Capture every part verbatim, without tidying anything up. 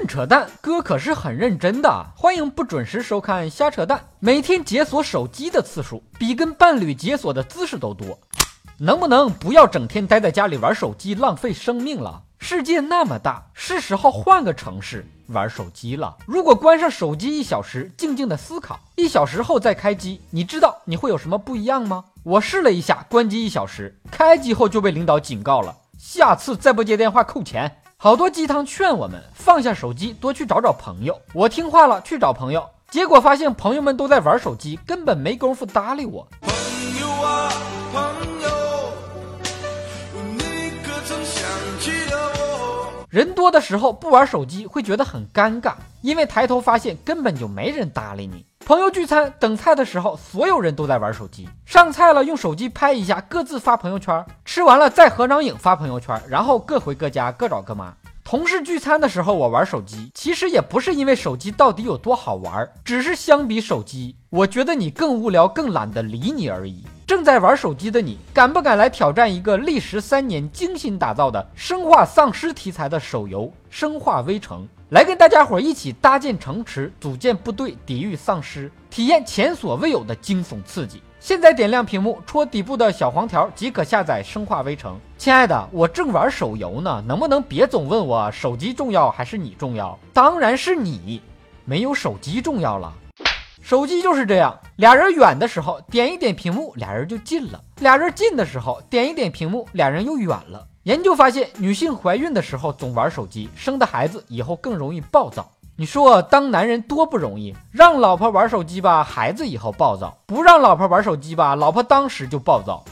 论扯淡，哥可是很认真的。欢迎不准时收看瞎扯淡。每天解锁手机的次数比跟伴侣解锁的姿势都多。能不能不要整天待在家里玩手机，浪费生命了？世界那么大，是时候换个城市玩手机了。如果关上手机一小时，静静的思考，一小时后再开机，你知道你会有什么不一样吗？我试了一下，关机一小时，开机后就被领导警告了，下次再不接电话扣钱。好多鸡汤劝我们放下手机，多去找找朋友。我听话了，去找朋友，结果发现朋友们都在玩手机，根本没工夫搭理我。朋友啊朋友，你可曾想起了我？人多的时候不玩手机会觉得很尴尬，因为抬头发现根本就没人搭理你。朋友聚餐等菜的时候，所有人都在玩手机，上菜了用手机拍一下，各自发朋友圈，吃完了再合张影发朋友圈，然后各回各家，各找各妈。同事聚餐的时候我玩手机，其实也不是因为手机到底有多好玩，只是相比手机，我觉得你更无聊，更懒得理你而已。正在玩手机的你，敢不敢来挑战一个历时三年精心打造的生化丧尸题材的手游《生化危城》？来跟大家伙一起搭建城池，组建部队，抵御丧尸，体验前所未有的惊悚刺激。现在点亮屏幕，戳底部的小黄条即可下载《生化危城》。亲爱的，我正玩手游呢，能不能别总问我手机重要还是你重要？当然是你，没有手机重要了。手机就是这样，俩人远的时候点一点屏幕，俩人就近了；俩人近的时候点一点屏幕，俩人又远了。研究发现，女性怀孕的时候总玩手机，生的孩子以后更容易暴躁。你说当男人多不容易，让老婆玩手机吧，孩子以后暴躁；不让老婆玩手机吧，老婆当时就暴躁。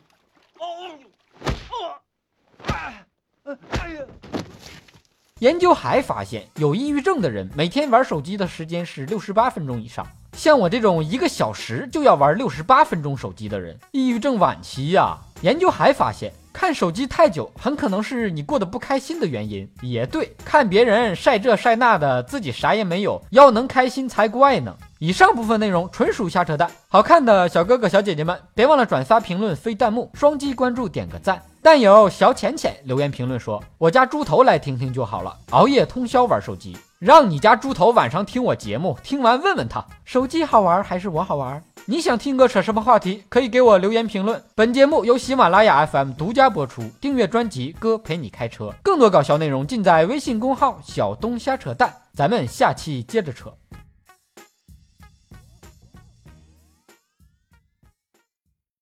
研究还发现，有抑郁症的人每天玩手机的时间是六十八分钟以上。像我这种一个小时就要玩六十八分钟手机的人，抑郁症晚期呀、啊。研究还发现，看手机太久很可能是你过得不开心的原因。也对，看别人晒这晒那的，自己啥也没有，要能开心才怪呢。以上部分内容纯属瞎扯淡，好看的小哥哥小姐姐们别忘了转发评论飞弹幕，双击关注点个赞。但有小浅浅留言评论说，我家猪头来听听就好了，熬夜通宵玩手机。让你家猪头晚上听我节目，听完问问他手机好玩还是我好玩。你想听个扯什么话题，可以给我留言评论。本节目由喜马拉雅 F M 独家播出，订阅专辑哥陪你开车，更多搞笑内容尽在微信公号小东瞎扯淡。咱们下期接着扯。